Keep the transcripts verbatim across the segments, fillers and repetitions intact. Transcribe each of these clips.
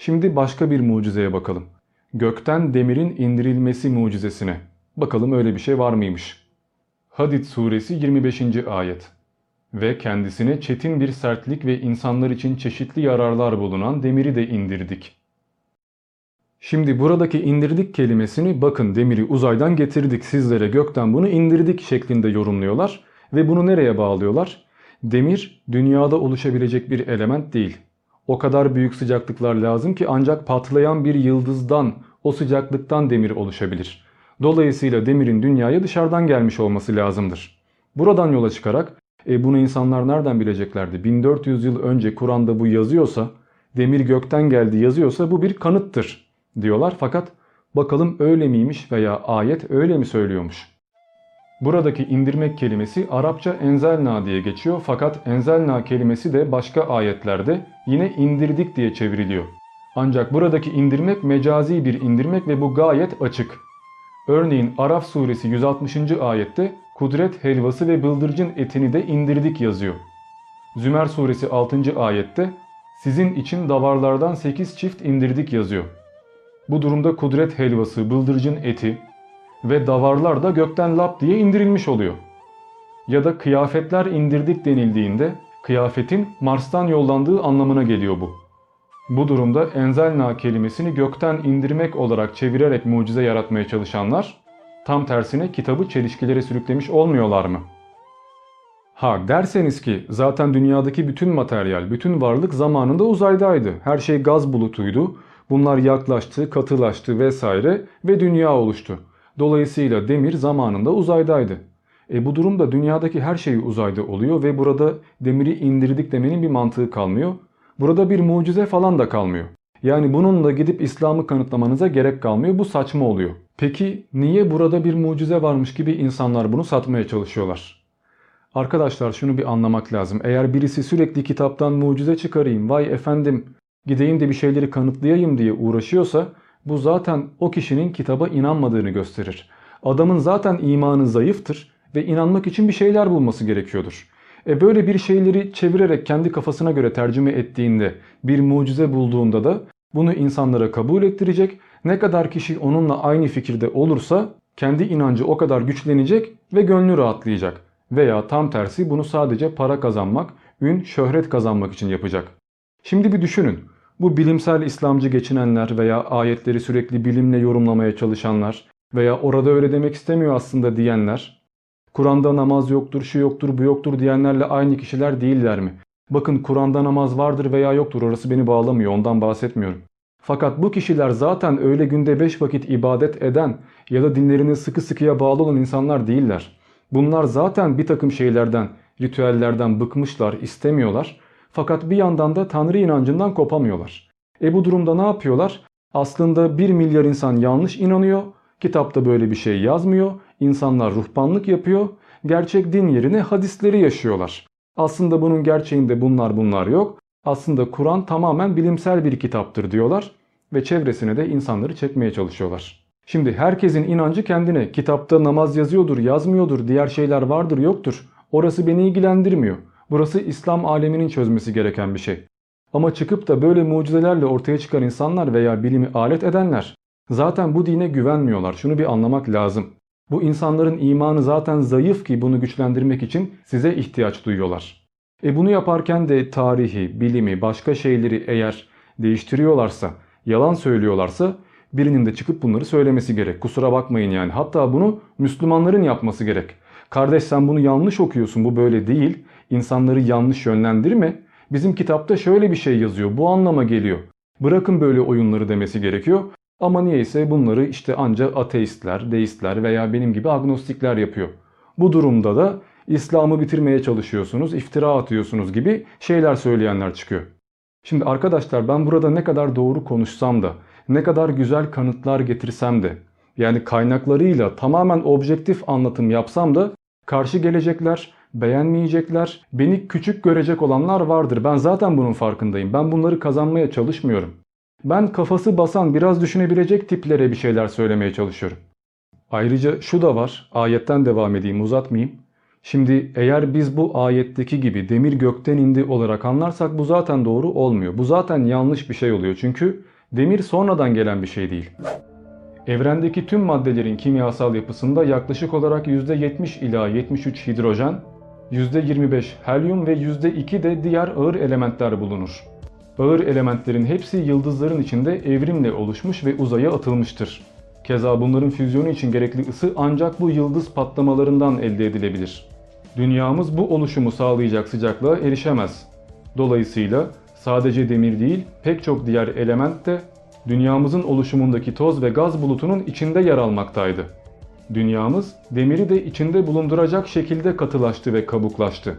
Şimdi başka bir mucizeye bakalım. Gökten demirin indirilmesi mucizesine. Bakalım öyle bir şey var mıymış? Hadid suresi yirmi beşinci ayet. Ve kendisine çetin bir sertlik ve insanlar için çeşitli yararlar bulunan demiri de indirdik. Şimdi buradaki indirdik kelimesini bakın demiri uzaydan getirdik sizlere gökten bunu indirdik şeklinde yorumluyorlar. Ve bunu nereye bağlıyorlar? Demir dünyada oluşabilecek bir element değil. O kadar büyük sıcaklıklar lazım ki ancak patlayan bir yıldızdan, o sıcaklıktan demir oluşabilir. Dolayısıyla demirin dünyaya dışarıdan gelmiş olması lazımdır. Buradan yola çıkarak e bunu insanlar nereden bileceklerdi? bin dört yüz yıl önce Kur'an'da bu yazıyorsa, demir gökten geldi yazıyorsa bu bir kanıttır diyorlar. Fakat bakalım öyle miymiş veya ayet öyle mi söylüyormuş? Buradaki indirmek kelimesi Arapça enzelna diye geçiyor fakat enzelna kelimesi de başka ayetlerde yine indirdik diye çevriliyor. Ancak buradaki indirmek mecazi bir indirmek ve bu gayet açık. Örneğin Araf suresi yüz altmışıncı ayette kudret helvası ve bıldırcın etini de indirdik yazıyor. Zümer suresi altıncı ayette sizin için davarlardan sekiz çift indirdik yazıyor. Bu durumda kudret helvası, bıldırcın eti ve davarlar da gökten lap diye indirilmiş oluyor. Ya da kıyafetler indirdik denildiğinde kıyafetin Mars'tan yollandığı anlamına geliyor bu. Bu durumda enzelna kelimesini gökten indirmek olarak çevirerek mucize yaratmaya çalışanlar tam tersine kitabı çelişkilere sürüklemiş olmuyorlar mı? Ha derseniz ki zaten dünyadaki bütün materyal, bütün varlık zamanında uzaydaydı. Her şey gaz bulutuydu. Bunlar yaklaştı, katılaştı vesaire ve dünya oluştu. Dolayısıyla demir zamanında uzaydaydı. E bu durumda dünyadaki her şey uzayda oluyor ve burada demiri indirdik demenin bir mantığı kalmıyor. Burada bir mucize falan da kalmıyor. Yani bununla gidip İslam'ı kanıtlamanıza gerek kalmıyor. Bu saçma oluyor. Peki niye burada bir mucize varmış gibi insanlar bunu satmaya çalışıyorlar? Arkadaşlar şunu bir anlamak lazım. Eğer birisi sürekli kitaptan mucize çıkarayım, vay efendim gideyim de bir şeyleri kanıtlayayım diye uğraşıyorsa bu zaten o kişinin kitaba inanmadığını gösterir. Adamın zaten imanı zayıftır ve inanmak için bir şeyler bulması gerekiyordur. E böyle bir şeyleri çevirerek kendi kafasına göre tercüme ettiğinde, bir mucize bulduğunda da bunu insanlara kabul ettirecek. Ne kadar kişi onunla aynı fikirde olursa kendi inancı o kadar güçlenecek ve gönlü rahatlayacak. Veya tam tersi bunu sadece para kazanmak, ün, şöhret kazanmak için yapacak. Şimdi bir düşünün. Bu bilimsel İslamcı geçinenler veya ayetleri sürekli bilimle yorumlamaya çalışanlar veya orada öyle demek istemiyor aslında diyenler, Kur'an'da namaz yoktur, şu yoktur, bu yoktur diyenlerle aynı kişiler değiller mi? Bakın Kur'an'da namaz vardır veya yoktur orası beni bağlamıyor, ondan bahsetmiyorum. Fakat bu kişiler zaten öyle günde beş vakit ibadet eden ya da dinlerine sıkı sıkıya bağlı olan insanlar değiller. Bunlar zaten bir takım şeylerden, ritüellerden bıkmışlar, istemiyorlar. Fakat bir yandan da Tanrı inancından kopamıyorlar. E bu durumda ne yapıyorlar? Aslında bir milyar insan yanlış inanıyor. Kitapta böyle bir şey yazmıyor. İnsanlar ruhbanlık yapıyor. Gerçek din yerine hadisleri yaşıyorlar. Aslında bunun gerçeğinde bunlar bunlar yok. Aslında Kur'an tamamen bilimsel bir kitaptır diyorlar. Ve çevresine de insanları çekmeye çalışıyorlar. Şimdi herkesin inancı kendine. Kitapta namaz yazıyordur, yazmıyordur, diğer şeyler vardır, yoktur. Orası beni ilgilendirmiyor. Burası İslam aleminin çözmesi gereken bir şey. Ama çıkıp da böyle mucizelerle ortaya çıkan insanlar veya bilimi alet edenler zaten bu dine güvenmiyorlar. Şunu bir anlamak lazım. Bu insanların imanı zaten zayıf ki bunu güçlendirmek için size ihtiyaç duyuyorlar. E bunu yaparken de tarihi, bilimi, başka şeyleri eğer değiştiriyorlarsa, yalan söylüyorlarsa birinin de çıkıp bunları söylemesi gerek. Kusura bakmayın yani. Hatta bunu Müslümanların yapması gerek. Kardeş sen bunu yanlış okuyorsun, bu böyle değil. İnsanları yanlış yönlendirme. Bizim kitapta şöyle bir şey yazıyor, bu anlama geliyor. Bırakın böyle oyunları demesi gerekiyor. Ama niyeyse bunları işte ancak ateistler, deistler veya benim gibi agnostikler yapıyor. Bu durumda da İslam'ı bitirmeye çalışıyorsunuz, iftira atıyorsunuz gibi şeyler söyleyenler çıkıyor. Şimdi arkadaşlar ben burada ne kadar doğru konuşsam da, ne kadar güzel kanıtlar getirsem de, yani kaynaklarıyla tamamen objektif anlatım yapsam da karşı gelecekler, beğenmeyecekler, beni küçük görecek olanlar vardır. Ben zaten bunun farkındayım. Ben bunları kazanmaya çalışmıyorum. Ben kafası basan, biraz düşünebilecek tiplere bir şeyler söylemeye çalışıyorum. Ayrıca şu da var, ayetten devam edeyim, uzatmayayım. Şimdi eğer biz bu ayetteki gibi demir gökten indi olarak anlarsak bu zaten doğru olmuyor. Bu zaten yanlış bir şey oluyor. Çünkü Demir sonradan gelen bir şey değil. Evrendeki tüm maddelerin kimyasal yapısında yaklaşık olarak yüzde yetmiş ila yetmiş üç hidrojen, yüzde yirmi beş helyum ve yüzde iki de diğer ağır elementler bulunur. Ağır elementlerin hepsi yıldızların içinde evrimle oluşmuş ve uzaya atılmıştır. Keza bunların füzyonu için gerekli ısı ancak bu yıldız patlamalarından elde edilebilir. Dünyamız bu oluşumu sağlayacak sıcaklığa erişemez. Dolayısıyla sadece demir değil, pek çok diğer element de dünyamızın oluşumundaki toz ve gaz bulutunun içinde yer almaktaydı. Dünyamız demiri de içinde bulunduracak şekilde katılaştı ve kabuklaştı.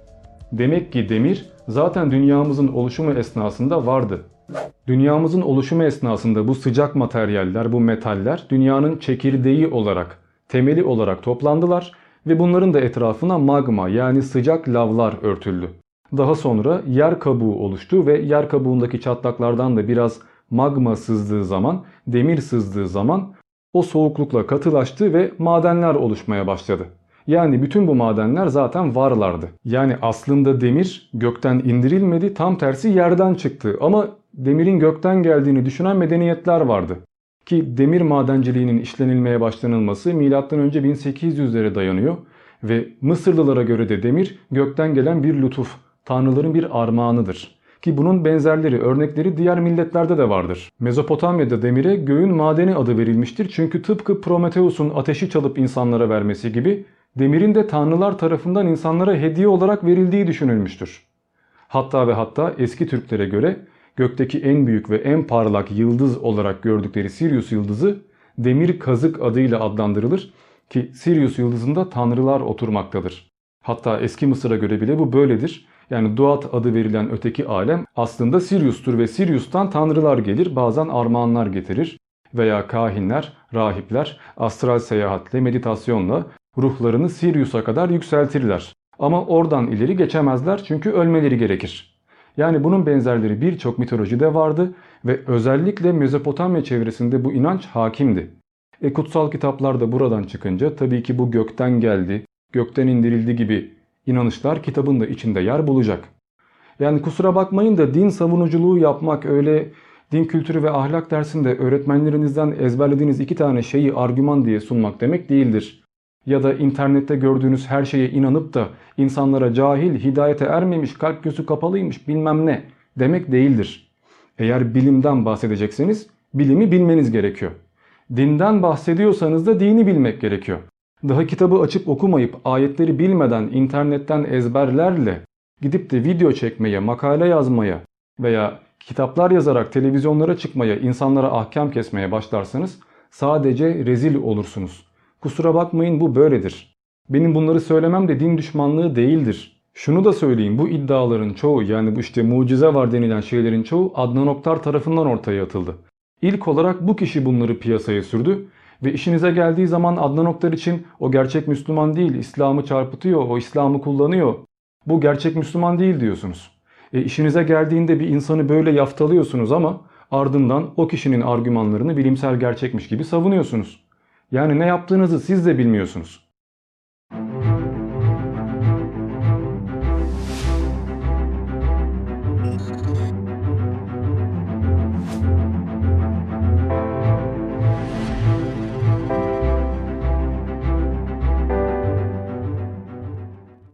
Demek ki demir zaten dünyamızın oluşumu esnasında vardı. Dünyamızın oluşumu esnasında bu sıcak materyaller, bu metaller dünyanın çekirdeği olarak, temeli olarak toplandılar ve bunların da etrafına magma yani sıcak lavlar örtüldü. Daha sonra yer kabuğu oluştu ve yer kabuğundaki çatlaklardan da biraz magma sızdığı zaman, demir sızdığı zaman o soğuklukla katılaştı ve madenler oluşmaya başladı. Yani bütün bu madenler zaten varlardı. Yani aslında demir gökten indirilmedi, tam tersi yerden çıktı. Ama demirin gökten geldiğini düşünen medeniyetler vardı. Ki demir madenciliğinin işlenilmeye başlanılması milattan önce bin sekiz yüzlere dayanıyor. Ve Mısırlılara göre de demir gökten gelen bir lütuf, tanrıların bir armağanıdır. Ki bunun benzerleri, örnekleri diğer milletlerde de vardır. Mezopotamya'da demire göğün madeni adı verilmiştir. Çünkü tıpkı Prometheus'un ateşi çalıp insanlara vermesi gibi demirin de tanrılar tarafından insanlara hediye olarak verildiği düşünülmüştür. Hatta ve hatta eski Türklere göre gökteki en büyük ve en parlak yıldız olarak gördükleri Sirius yıldızı demir kazık adıyla adlandırılır ki Sirius yıldızında tanrılar oturmaktadır. Hatta eski Mısır'a göre bile bu böyledir. Yani Duat adı verilen öteki alem aslında Sirius'tur ve Sirius'tan tanrılar gelir, bazen armağanlar getirir veya kahinler, rahipler astral seyahatle, meditasyonla ruhlarını Sirius'a kadar yükseltirler. Ama oradan ileri geçemezler çünkü ölmeleri gerekir. Yani bunun benzerleri birçok mitolojide vardı ve özellikle Mezopotamya çevresinde bu inanç hakimdi. E kutsal kitaplar da buradan çıkınca tabii ki bu gökten geldi, gökten indirildi gibi inanışlar kitabın da içinde yer bulacak. Yani kusura bakmayın da din savunuculuğu yapmak öyle din kültürü ve ahlak dersinde öğretmenlerinizden ezberlediğiniz iki tane şeyi argüman diye sunmak demek değildir. Ya da internette gördüğünüz her şeye inanıp da insanlara cahil, hidayete ermemiş, kalp gözü kapalıymış bilmem ne demek değildir. Eğer bilimden bahsedecekseniz bilimi bilmeniz gerekiyor. Dinden bahsediyorsanız da dini bilmek gerekiyor. Daha kitabı açıp okumayıp ayetleri bilmeden internetten ezberlerle gidip de video çekmeye, makale yazmaya veya kitaplar yazarak televizyonlara çıkmaya, insanlara ahkam kesmeye başlarsanız sadece rezil olursunuz. Kusura bakmayın bu böyledir. Benim bunları söylemem de din düşmanlığı değildir. Şunu da söyleyeyim, bu iddiaların çoğu, yani bu işte mucize var denilen şeylerin çoğu Adnan Oktar tarafından ortaya atıldı. İlk olarak bu kişi bunları piyasaya sürdü ve işinize geldiği zaman Adnan Oktar için o gerçek Müslüman değil, İslam'ı çarpıtıyor, o İslam'ı kullanıyor, bu gerçek Müslüman değil diyorsunuz. E işinize geldiğinde bir insanı böyle yaftalıyorsunuz ama ardından o kişinin argümanlarını bilimsel gerçekmiş gibi savunuyorsunuz. Yani ne yaptığınızı siz de bilmiyorsunuz.